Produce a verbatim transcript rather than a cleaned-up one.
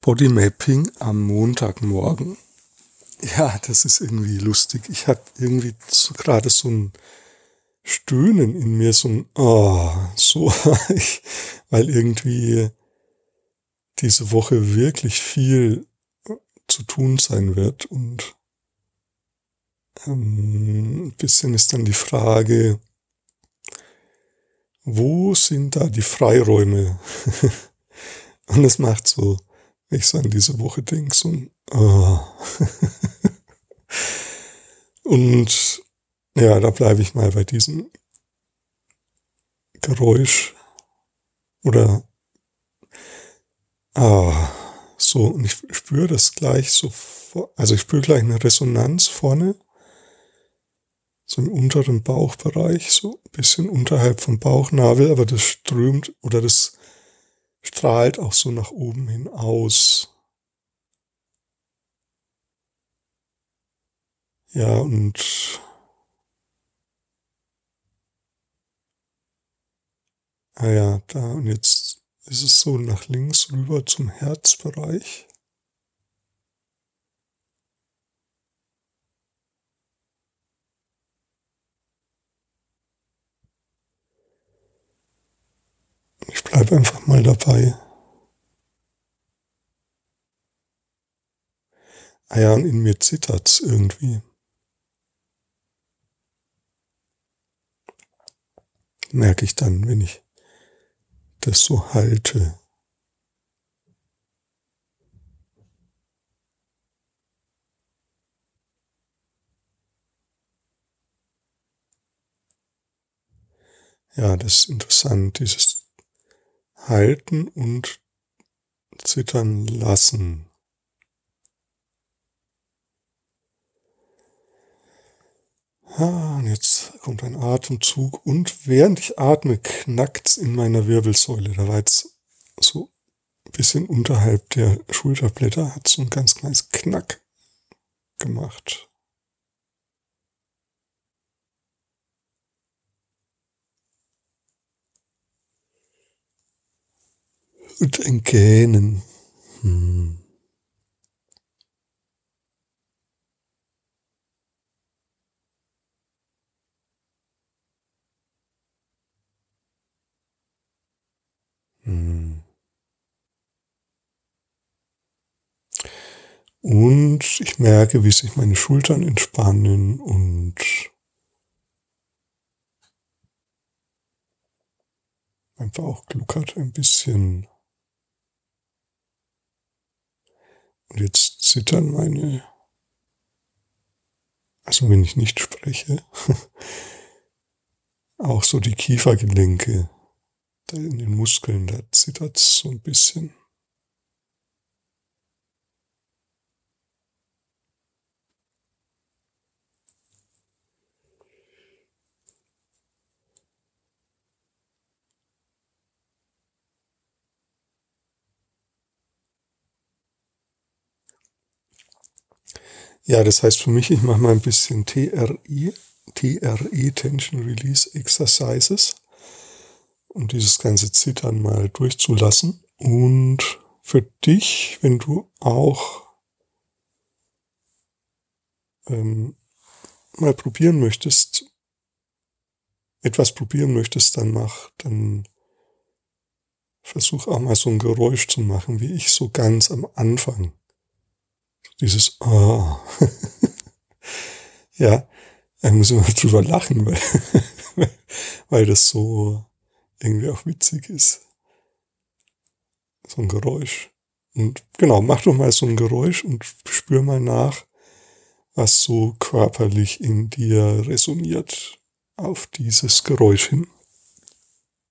Bodymapping am Montagmorgen. Ja, das ist irgendwie lustig. Ich habe irgendwie so gerade so ein Stöhnen in mir, so ein oh, so, ich, weil irgendwie diese Woche wirklich viel zu tun sein wird. Und ähm, ein bisschen ist dann die Frage, wo sind da die Freiräume? Und es macht so, wenn ich so an diese Woche denke, so ein oh. Und ja, da bleibe ich mal bei diesem Geräusch oder ah, so, und ich spüre das gleich so, also ich spüre gleich eine Resonanz vorne, so im unteren Bauchbereich, so ein bisschen unterhalb vom Bauchnabel, aber das strömt oder das strahlt auch so nach oben hin aus. Ja, und ah ja, da und jetzt ist es so nach links rüber zum Herzbereich. Ich bleibe einfach mal dabei. Ah ja, und in mir zittert's irgendwie. Merke ich dann, wenn ich das so halte. Ja, das ist interessant, dieses Halten und Zittern lassen. Ah, und jetzt kommt ein Atemzug und während ich atme, knackt's in meiner Wirbelsäule. Da war jetzt so ein bisschen unterhalb der Schulterblätter, hat so ein ganz kleines Knack gemacht. Und ein Gähnen. Hm. Hm. Und ich merke, wie sich meine Schultern entspannen und mein Bauch gluckert ein bisschen. Und jetzt zittern meine, also wenn ich nicht spreche, auch so die Kiefergelenke, da in den Muskeln, da zittert's so ein bisschen. Ja, das heißt für mich, ich mache mal ein bisschen T R I, T R I, Tension Release Exercises, um dieses ganze Zittern mal durchzulassen. Und für dich, wenn du auch ähm, mal probieren möchtest, etwas probieren möchtest, dann mach, dann versuch auch mal so ein Geräusch zu machen, wie ich so ganz am Anfang. Dieses ah. Ja, da müssen wir drüber lachen, weil, weil das so irgendwie auch witzig ist. So ein Geräusch. Und genau, mach doch mal so ein Geräusch und spür mal nach, was so körperlich in dir resoniert auf dieses Geräusch hin.